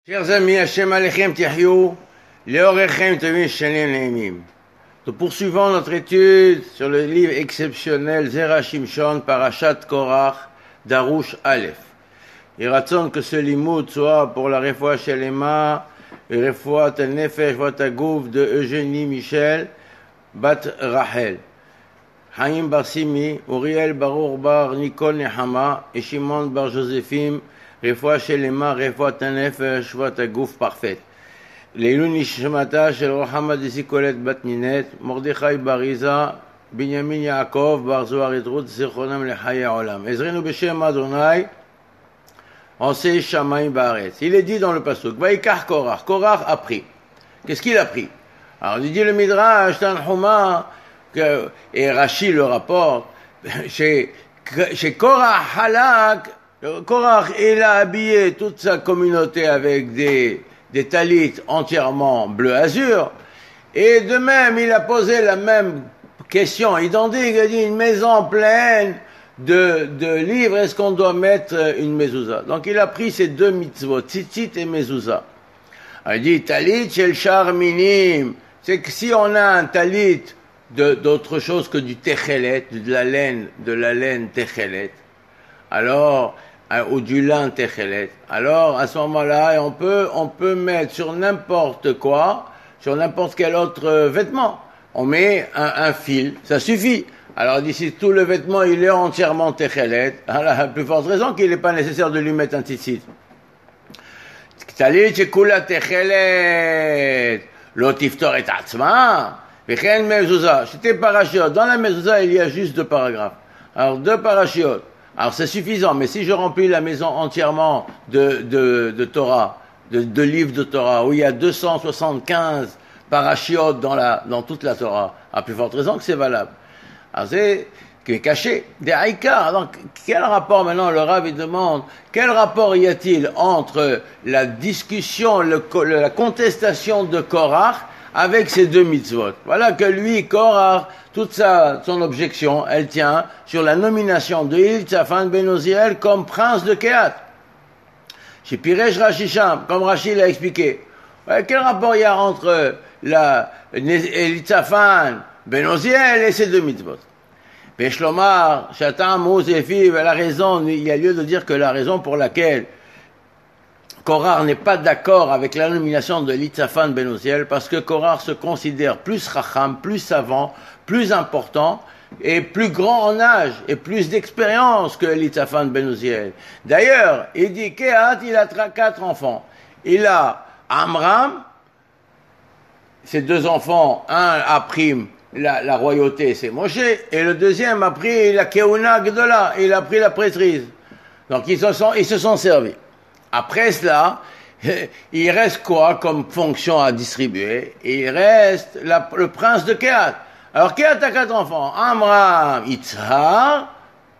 Chers amis, Hashem Alechem Tihyou, Leorechem Tevin Shanim Neimim. Nous poursuivons notre étude sur le livre exceptionnel Zera Shimshon, Parashat Korach, Darush Aleph. Il raconte que ce limoud soit pour la Refoua Shelema et Refoua Nefesh Vatagouf de Eugénie Michel, Bat Rachel, Haïm Bar Simi, Uriel Barour Bar Nicole Nehama et Shimon Bar Joséphine, Refoua Shelema, Refoua Nefesh Vatagouf parfaite. Leilun Nishmata Shel Rohama de Zikolet Bat Ninet, Mordechai Bariza, Binyamin Yaakov Bar Zohar Edrut, Zichronam Lechaya Olam. Ezrenu Beshem Adonai, Ansei Shamaim Baaretz. Il est dit dans le pasuk, Vaikar Korach. Korach a pris. Qu'est-ce qu'il a pris? Alors, il dit le Midrash, Tanhuma, et Rashi le rapporte, chez Korach Halak, Korach, il a habillé toute sa communauté avec des talits entièrement bleu-azur, et de même, il a posé la même question identique, il a dit une maison pleine de livres, est-ce qu'on doit mettre une mezouza? Donc il a pris ces deux mitzvot, tzitzit et mezouza. Il dit, talit shel shar minim, c'est que si on a un talit d'autre chose que du techelet, de la laine techelet, alors, ou du lin techelet, alors à ce moment-là, on peut mettre sur n'importe quoi, sur n'importe quel autre vêtement, on met un fil, ça suffit. Alors d'ici tout le vêtement il est entièrement techelet, à la plus forte raison qu'il n'est pas nécessaire de lui mettre un tzitzit. Talit shekula techelet, lo tiftor et atzma, vechen mezouza. C'était parashiot. Dans la mezouza il y a juste 2 paragraphes. Alors 2 parashiot. Alors c'est suffisant, mais si je remplis la maison entièrement de Torah, de livres de Torah, où il y a 275 parashiot dans toute la Torah, à plus forte raison que c'est valable. Alors c'est caché des haïkars. Donc quel rapport maintenant, le Rav il demande, quel rapport y a-t-il entre la discussion, la contestation de Korach avec ces 2 mitzvot? Voilà que lui, Korach, toute son objection, elle tient sur la nomination de Elitzaphan ben Oziel comme prince de Kehat. Chez Piresh Rashisham, comme Rashi l'a expliqué. Quel rapport il y a entre Elitzaphan ben Oziel et ces 2 mitzvot? Beshlomar, Shatam, Mosefiv, la raison, il y a lieu de dire que la raison pour laquelle Korach n'est pas d'accord avec la nomination de Elitzaphan ben Oziel, parce que Korach se considère plus racham, plus savant, plus important, et plus grand en âge, et plus d'expérience que Elitzaphan ben Oziel. D'ailleurs, il dit Kehat, il a 4 enfants. Il a Amram, ses 2 enfants, un a pris la royauté, c'est Moshe, et le deuxième a pris la Keuna Gdola, il a pris la prêtrise. Donc ils se sont servis. Après cela, il reste quoi comme fonction à distribuer? Il reste le prince de Kehat. Alors Kehat a 4 enfants, Amram, Yitzhar,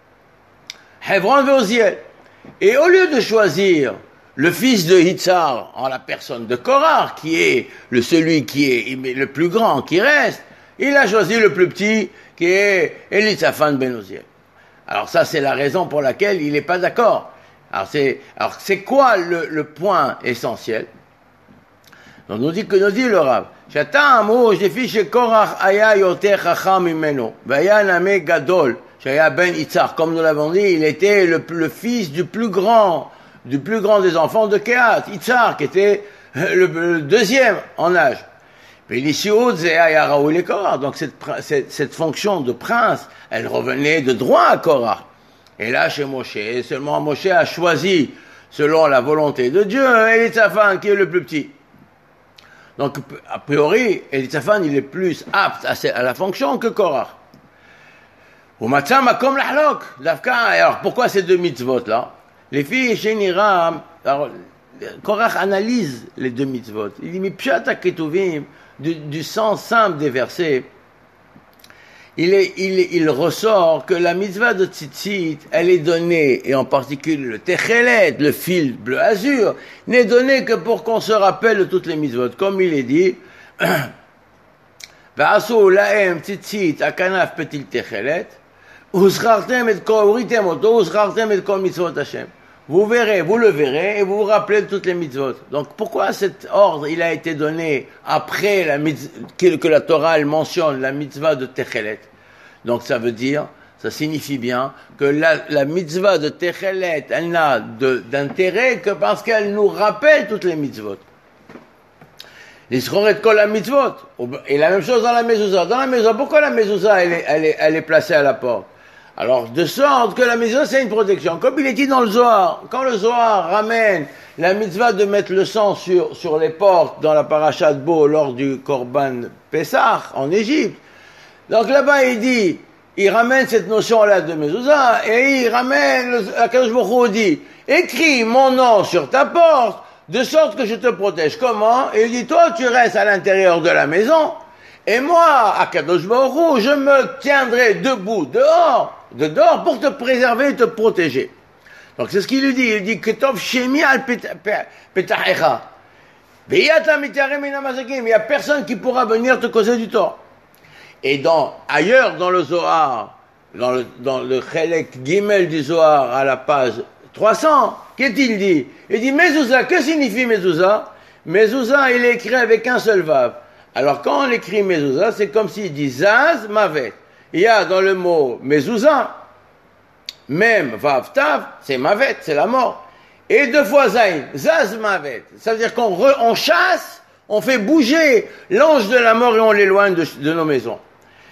Hebron et Oziel. Et au lieu de choisir le fils de Yitzhar en la personne de Korach, qui est celui qui est le plus grand qui reste, il a choisi le plus petit, qui est Elitzaphan ben Oziel. Alors ça, c'est la raison pour laquelle il n'est pas d'accord. Alors c'est quoi le point essentiel? Donc nous dit le Rav, Shatam ou jefi shekorach aya yoter chacham imeno, vaya name gadol, shaya ben Yitzhar, comme nous l'avons dit, il était le fils du plus grand des enfants de Kehat, Yitzhar, qui était le deuxième en âge. Donc cette fonction de prince, elle revenait de droit à Korach. Et là, chez Moshe, seulement Moshe a choisi, selon la volonté de Dieu, Elitzaphan, qui est le plus petit. Donc, a priori, Elitzaphan, il est plus apte à la fonction que Korach. Alors, pourquoi ces 2 mitzvot-là? Les filles chez Niram, alors, Korach analyse les 2 mitzvot. Il dit, mais pshat ketuvim, du sens simple des versets, il ressort que la mitzvah de tzitzit, elle est donnée, et en particulier le techelet, le fil bleu azur, n'est donné que pour qu'on se rappelle de toutes les mitzvot. Comme il est dit, Va'asu laem tzitzit akanaf petil techelet, uzchartem et kol mitzvot Hashem. vous verrez, vous le verrez, et vous vous rappelez de toutes les mitzvot. Donc pourquoi cet ordre, il a été donné après que la Torah, elle mentionne la mitzvah de Techelet? Donc ça veut dire, ça signifie bien que la mitzvah de Techelet, elle n'a d'intérêt que parce qu'elle nous rappelle toutes les mitzvot. L'Isroret kol la mitzvot. Et la même chose dans la mezouza. Dans la mezouza, pourquoi la mezouza, elle est placée à la porte? Alors, de sorte que la mezouza, c'est une protection. Comme il est dit dans le Zohar, quand le Zohar ramène la mitzvah de mettre le sang sur les portes dans la paracha de Bo lors du Korban Pessah en Égypte. Donc là-bas, il ramène cette notion-là de mezouza et il ramène, Akadosh Baruch Hu dit, écris mon nom sur ta porte de sorte que je te protège. Comment? Et il dit, toi, tu restes à l'intérieur de la maison et moi, Akadosh Baruch Hu, je me tiendrai debout dehors pour te préserver et te protéger. Donc c'est ce qu'il lui dit. Il dit Ketov Shemi al Petahecha. Il n'y a personne qui pourra venir te causer du tort. Et ailleurs dans le Zohar, dans le Chelek Gimel du Zohar à la page 300, qu'est-il dit? Il dit Mezouza. Que signifie Mezouza? Mezouza, il est écrit avec un seul vav. Alors quand on écrit Mezouza, c'est comme s'il dit Zaz Mavet. Il y a dans le mot Mezouza, même Vav Tav, c'est Mavet, c'est la mort. Et deux fois Zayn, Zaz Mavet. Ça veut dire qu'on chasse, on fait bouger l'ange de la mort et on l'éloigne de nos maisons.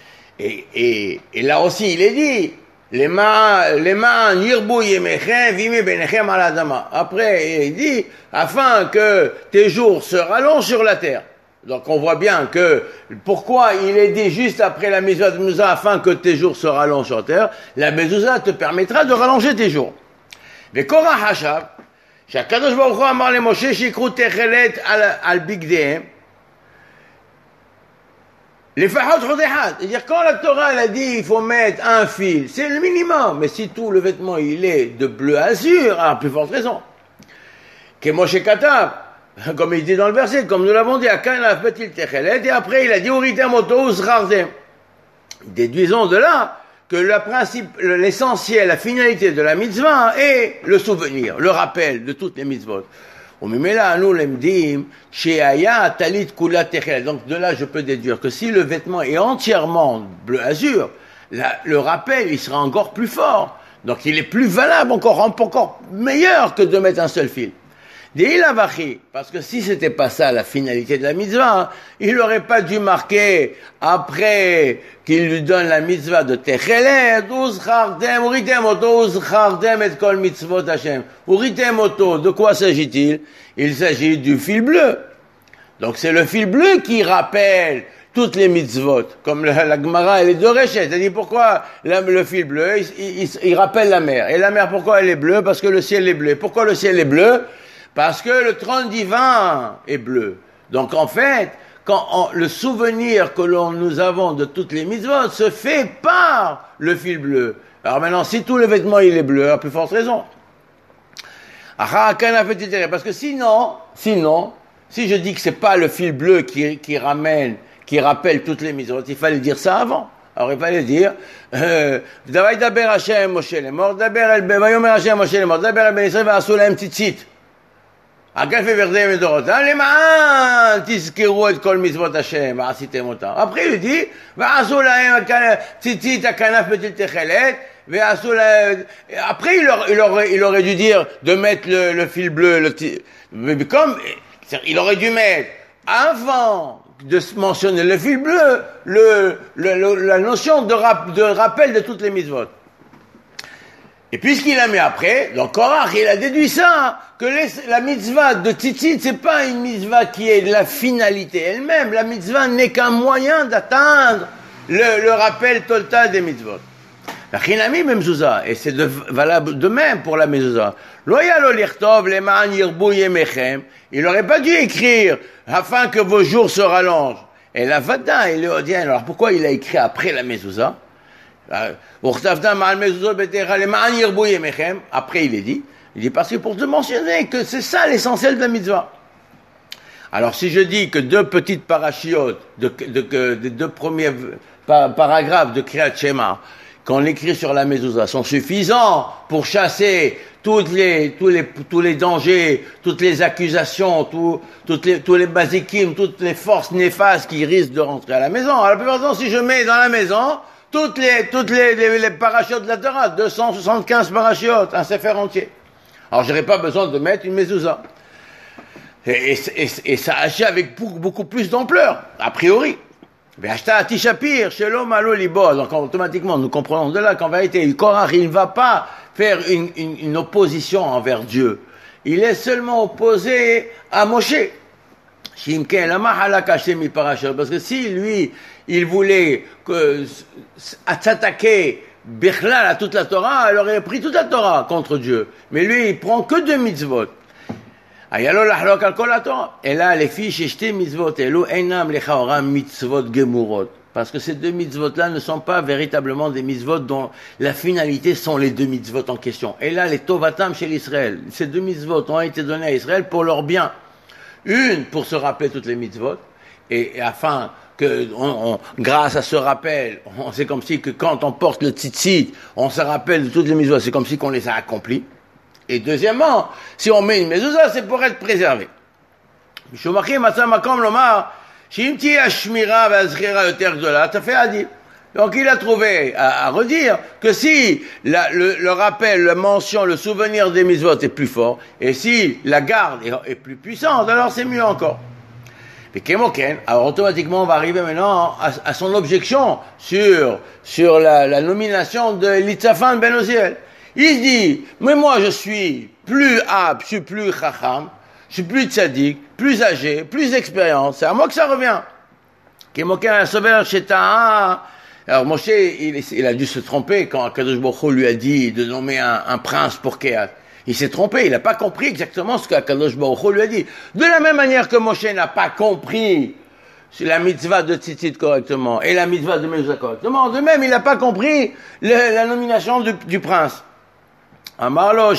Et là aussi, il est dit, les ma'an yirbu yemechem vime benechem al adama. Après, il dit, afin que tes jours se rallongent sur la terre. Donc on voit bien que, pourquoi il est dit juste après la mezouza, afin que tes jours se rallongent sur terre, la mezouza te permettra de rallonger tes jours. Mais Korach Hashav, שהקדוש ברוך הוא אמר למשה שיקחו תכלת על בגדיהם, לפחות חוד אחד. C'est-à-dire quand la Torah elle a dit il faut mettre un fil, c'est le minimum. Mais si tout le vêtement il est de bleu azur, à plus forte raison. כמו שכתב, comme il dit dans le verset, comme nous l'avons dit, Akan a fait il techelet, et après il a dit Uritem oto uzrardem. Déduisons de là que l'essentiel, la finalité de la mitzvah est le souvenir, le rappel de toutes les mitzvot. Donc de là, je peux déduire que si le vêtement est entièrement bleu azur, le rappel, il sera encore plus fort. Donc il est plus valable, encore meilleur que de mettre un seul fil. Parce que si c'était pas ça la finalité de la mitzvah, il n'aurait pas dû marquer après qu'il lui donne la mitzvah de Techelet, Uzchartem, Uritem oto, Uzchartem et kol mitzvot Hashem. Uritem oto, de quoi s'agit-il? Il s'agit du fil bleu. Donc c'est le fil bleu qui rappelle toutes les mitzvot, comme la Gemara elle est de Réchet. C'est-à-dire pourquoi le fil bleu, il rappelle la mer. Et la mer, pourquoi elle est bleue? Parce que le ciel est bleu. Pourquoi le ciel est bleu? Parce que le trône divin est bleu. Donc en fait, le souvenir que nous avons de toutes les mitzvot se fait par le fil bleu. Alors maintenant, si tout le vêtement il est bleu, à plus forte raison. Parce que sinon, si je dis que c'est pas le fil bleu qui rappelle toutes les mitzvot, il fallait dire ça avant. Alors il fallait dire, Daber Hashem Moshe lemor, Vayomer Hashem Moshe lemor, Daber el Ben Israël va'asu lahem tzitzit. Après, il dit, après, il aurait dû dire de mettre le fil bleu, mais comme, il aurait dû mettre, avant de mentionner le fil bleu, la notion de rappel de toutes les mitzvot. Et puisqu'il a mis après, donc Korach, il a déduit ça, que la mitzvah de tzitzit, c'est pas une mitzvah qui est la finalité elle-même. La mitzvah n'est qu'un moyen d'atteindre le rappel total des mitzvot. La chinami mezouza, et c'est valable de même pour la mezouza. Lo yalo lichtov leman yirbu yemechem. Il n'aurait pas dû écrire afin que vos jours se rallongent. Et la vada, il est odien. Alors pourquoi il a écrit après la mezouza? Après il dit parce que pour te mentionner que c'est ça l'essentiel de la mitzvah. Alors si je dis que deux petites parachiotes, deux premiers paragraphes de Kriyat Shema qu'on écrit sur la mezouza sont suffisants pour chasser tous les dangers, toutes les accusations, tous les basikim, toutes les forces néfastes qui risquent de rentrer à la maison. Alors, la plupart du temps, si je mets dans la maison toutes les parachutes de la Torah, 275 parachutes, un sefer entier. Alors, j'aurais pas besoin de mettre une mezouza. Et ça agit avec beaucoup plus d'ampleur, a priori. Donc automatiquement, nous comprenons de là qu'en vérité, Korach, il ne va pas faire une opposition envers Dieu. Il est seulement opposé à Moshe. Parce que si lui, il voulait s'attaquer Bichlal à toute la Torah, il aurait pris toute la Torah contre Dieu. Mais lui, il prend que 2 mitzvot. Et là, les filles, sheshte mitzvot, elu einam lechaora mitzvot gemurot. Parce que ces 2 mitzvot-là ne sont pas véritablement des mitzvot dont la finalité sont les 2 mitzvot en question. Et là, les tovatam chez l'Israël. Ces 2 mitzvot ont été donnés à Israël pour leur bien. Une, pour se rappeler toutes les mitzvot, et afin que, grâce à ce rappel, c'est comme si que quand on porte le tzitzit, on se rappelle de toutes les mitzvot, c'est comme si qu'on les a accomplies. Et deuxièmement, si on met une mezouza, c'est pour être préservé. Donc il a trouvé à redire que si le rappel, la mention, le souvenir des mitzvot est plus fort, et si la garde est plus puissante, alors c'est mieux encore. Alors automatiquement on va arriver maintenant à son objection sur la nomination de Litzafan Ben Oziel. Il dit, mais moi je suis plus apte, je suis plus chacham, je suis plus tzaddik, plus âgé, plus d'expérience, c'est à moi que ça revient. Alors Moshe, il a dû se tromper quand Akadosh Baruch Hu lui a dit de nommer un prince pour Kehat. Il s'est trompé, il n'a pas compris exactement ce qu'Akadosh Baruch Hu lui a dit. De la même manière que Moshe n'a pas compris la mitzvah de tzitzit correctement et la mitzvah de mezuzah correctement, de même il n'a pas compris la nomination du prince. Alors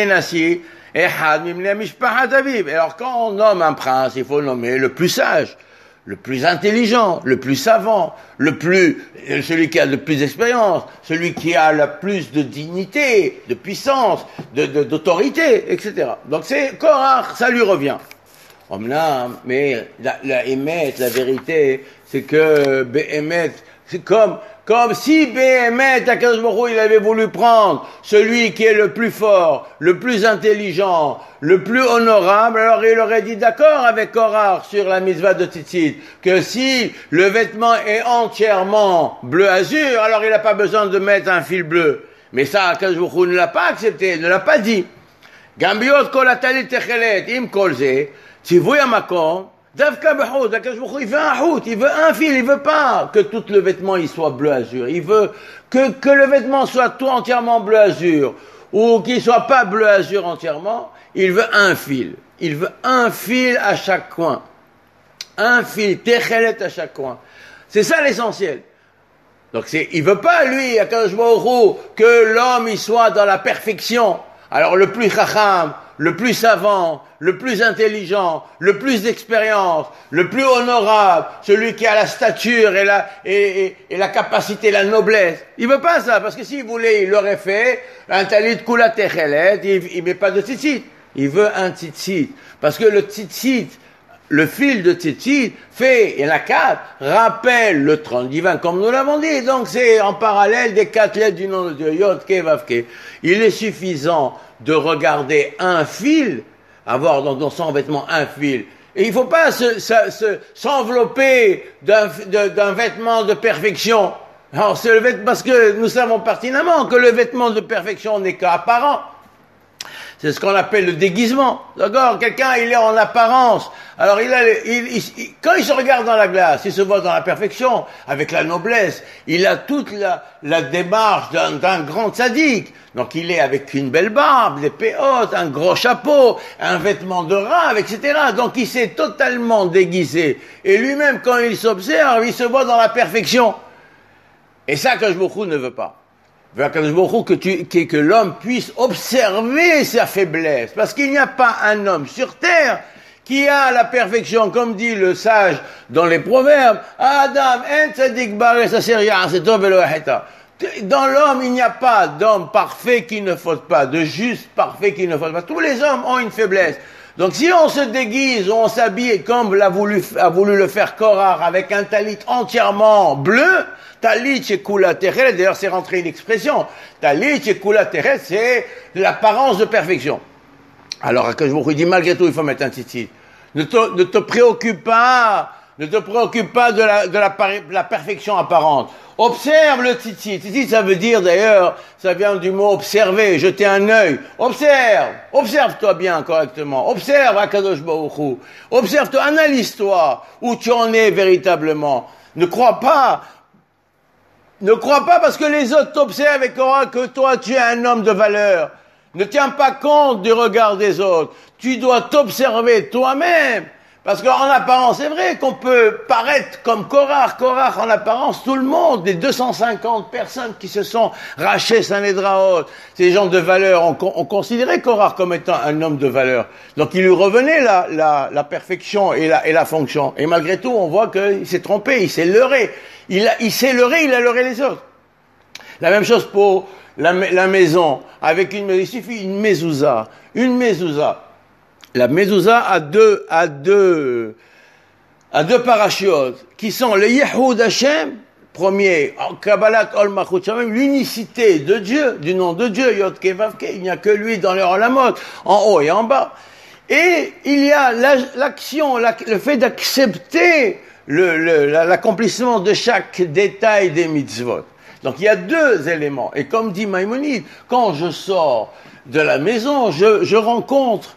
quand on nomme un prince, il faut nommer le plus sage, le plus intelligent, le plus savant, celui qui a le plus d'expérience, celui qui a le plus de dignité, de puissance, d'autorité, etc. Donc c'est Korach, ça lui revient. Mais la émet, la vérité, c'est que Béhémet, c'est comme si Béhémet, Akadosh Baruch Hu, il avait voulu prendre celui qui est le plus fort, le plus intelligent, le plus honorable, alors il aurait dit d'accord avec Korach sur la mitzvah de tzitzit, que si le vêtement est entièrement bleu-azur, alors il n'a pas besoin de mettre un fil bleu. Mais ça, Akadosh Baruch Hu ne l'a pas accepté, ne l'a pas dit. Gambiot kol atalit techelet, im kol ze, tzivui hamakom, Davka b'hout, il veut un hout, il veut un fil, il veut pas que tout le vêtement il soit bleu azur. Il veut que le vêtement soit tout entièrement bleu azur ou qu'il soit pas bleu azur entièrement. Il veut un fil. Il veut un fil à chaque coin. Un fil, techelet à chaque coin. C'est ça l'essentiel. Donc il veut pas lui, Akadosh Baruch Hu, que l'homme il soit dans la perfection. Alors le plus chacham, le plus savant, le plus intelligent, le plus d'expérience, le plus honorable, celui qui a la stature et la capacité, la noblesse. Il veut pas ça, parce que s'il voulait, il l'aurait fait, un talit kula techelet, il met pas de tzitzit. Il veut un tzitzit. Parce que le tzitzit, le fil de tzitzit fait, il y en a 4, rappelle le trône divin, comme nous l'avons dit. Donc c'est en parallèle des 4 lettres du nom de Dieu, Yod, Ke, Vav, Ke. Il est suffisant de regarder un fil, avoir dans son vêtement un fil. Et il ne faut pas s'envelopper d'un vêtement de perfection. Alors c'est le vêtement, parce que nous savons pertinemment que le vêtement de perfection n'est qu'apparent. C'est ce qu'on appelle le déguisement. D'accord? Quelqu'un, il est en apparence. Alors quand il se regarde dans la glace, il se voit dans la perfection, avec la noblesse. Il a toute la démarche d'un grand tzaddik. Donc il est avec une belle barbe, des péotes, un gros chapeau, un vêtement de rave, etc. Donc il s'est totalement déguisé. Et lui-même, quand il s'observe, il se voit dans la perfection. Et ça, Akadosh Baruch Hu ne veut pas. Que l'homme puisse observer sa faiblesse. Parce qu'il n'y a pas un homme sur terre qui a la perfection, comme dit le sage dans les proverbes, Adam, en tzadik bares aser ya'aseh tov velo yacheta. Dans l'homme, il n'y a pas d'homme parfait qui ne faute pas, de juste parfait qui ne faute pas. Tous les hommes ont une faiblesse. Donc si on se déguise ou on s'habille comme a voulu le faire Korach avec un talit entièrement bleu, talit chez Kula Teret, d'ailleurs c'est rentré une expression, talit chez Kula Teret, c'est l'apparence de perfection. Alors que je vous dis malgré tout il faut mettre un tzitzit. Ne te préoccupe pas de la perfection apparente. Observe le tzitzit. Tzitzit, ça veut dire d'ailleurs, ça vient du mot observer, jeter un œil. Observe-toi bien correctement. Observe Akadosh Baruch Hu. Observe-toi, analyse-toi où tu en es véritablement. Ne crois pas parce que les autres t'observent et que toi tu es un homme de valeur. Ne tiens pas compte du regard des autres. Tu dois t'observer toi-même. Parce qu'en apparence, c'est vrai qu'on peut paraître comme Korach. Korach, en apparence, tout le monde, les 250 personnes qui se sont rachées Sanhédraot, ces gens de valeur, on considérait Korach comme étant un homme de valeur. Donc il lui revenait la perfection et la fonction. Et malgré tout, on voit qu'il s'est trompé, il s'est leurré. Il a leurré les autres. La même chose pour la maison. Avec une maison, il suffit une mezouza. La mezouza a deux parachutes qui sont le Yehoud Hashem, premier, Kabbalat Ol Malchut Shamayim, l'unicité de Dieu, du nom de Dieu, Yod Ke Vav Ke, il n'y a que lui dans les Olamot, en haut et en bas. Et il y a l'action, le fait d'accepter l'accomplissement de chaque détail des mitzvot. Donc il y a deux éléments. Et comme dit Maïmonide, quand je sors de la maison, je rentre,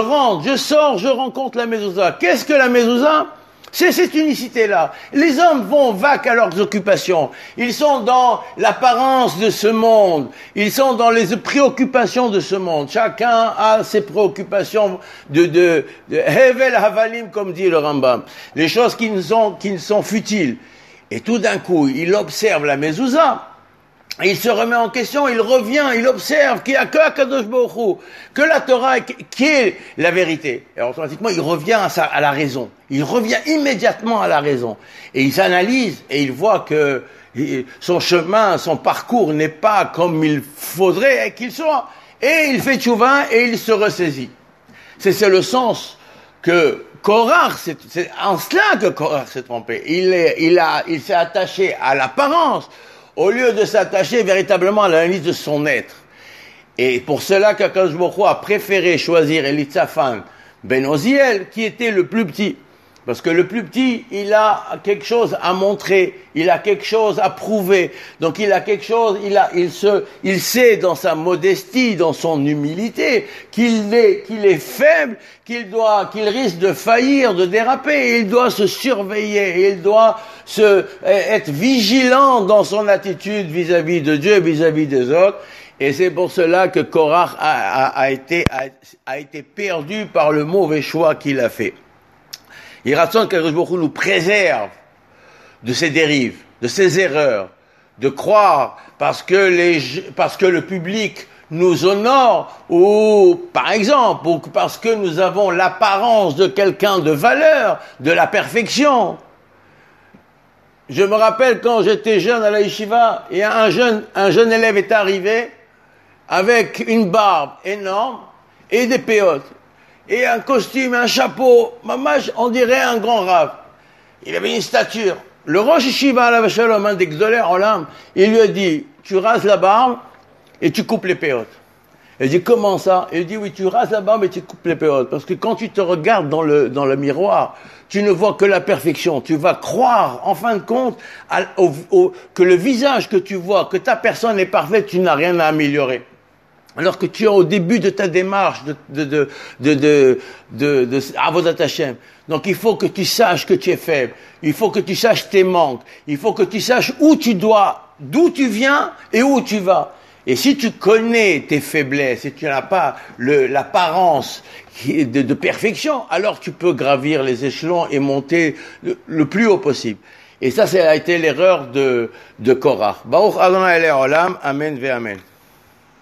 je rencontre la mezouza. Qu'est-ce que la mezouza? C'est cette unicité-là. Les hommes vont vaquer à leurs occupations. Ils sont dans l'apparence de ce monde. Ils sont dans les préoccupations de ce monde. Chacun a ses préoccupations de Hevel Havalim, comme dit le Rambam. Les choses qui ne sont futiles. Et tout d'un coup, il observe la mezouza. Et il se remet en question, il revient, il observe qu'il n'y a que Akadosh Baruch Hu, que la Torah qui est la vérité. Et automatiquement, il revient à la raison. Il revient immédiatement à la raison. Et il s'analyse et il voit que son chemin, son parcours n'est pas comme il faudrait qu'il soit. Et il fait tchouva et il se ressaisit. C'est le sens que Korach, c'est en cela que Korach s'est trompé. Il s'est attaché à l'apparence, au lieu de s'attacher véritablement à l'analyse de son être. Et pour cela qu'Akadosh Baruch Hu a préféré choisir Elitzaphan ben Oziel, qui était le plus petit. Parce que le plus petit, il a quelque chose à montrer, il a quelque chose à prouver. Donc il a quelque chose, il sait dans sa modestie, dans son humilité, qu'il est faible, qu'il risque de faillir, de déraper, et il doit se surveiller, et il doit être vigilant dans son attitude vis-à-vis de Dieu, vis-à-vis des autres. Et c'est pour cela que Korach a été perdu par le mauvais choix qu'il a fait. Il raconte qu'Akadosh Baruch Hu nous préserve de ces dérives, de ces erreurs, de croire parce que le public nous honore, ou par exemple, ou parce que nous avons l'apparence de quelqu'un de valeur, de la perfection. Je me rappelle quand j'étais jeune à la yeshiva, et un jeune élève est arrivé avec une barbe énorme et des péotes. Et un costume, un chapeau, mamash, on dirait un grand rave. Il avait une stature. Le Rosh Yeshiva, alav shalom, un des Gdolei Olam, il lui a dit, tu rases la barbe et tu coupes les péotes. Il dit, comment ça? Il dit, oui, tu rases la barbe et tu coupes les péotes. Parce que quand tu te regardes dans le miroir, tu ne vois que la perfection. Tu vas croire, en fin de compte, que le visage que tu vois, que ta personne est parfaite, tu n'as rien à améliorer. Alors que tu es au début de ta démarche de Avodat Hashem. Donc il faut que tu saches que tu es faible. Il faut que tu saches tes manques. Il faut que tu saches d'où tu viens et où tu vas. Et si tu connais tes faiblesses et tu n'as pas l'apparence de perfection, alors tu peux gravir les échelons et monter le plus haut possible. Et ça a été l'erreur de Korach. Baruch Adonai Elé Olam. Amen ve Amen.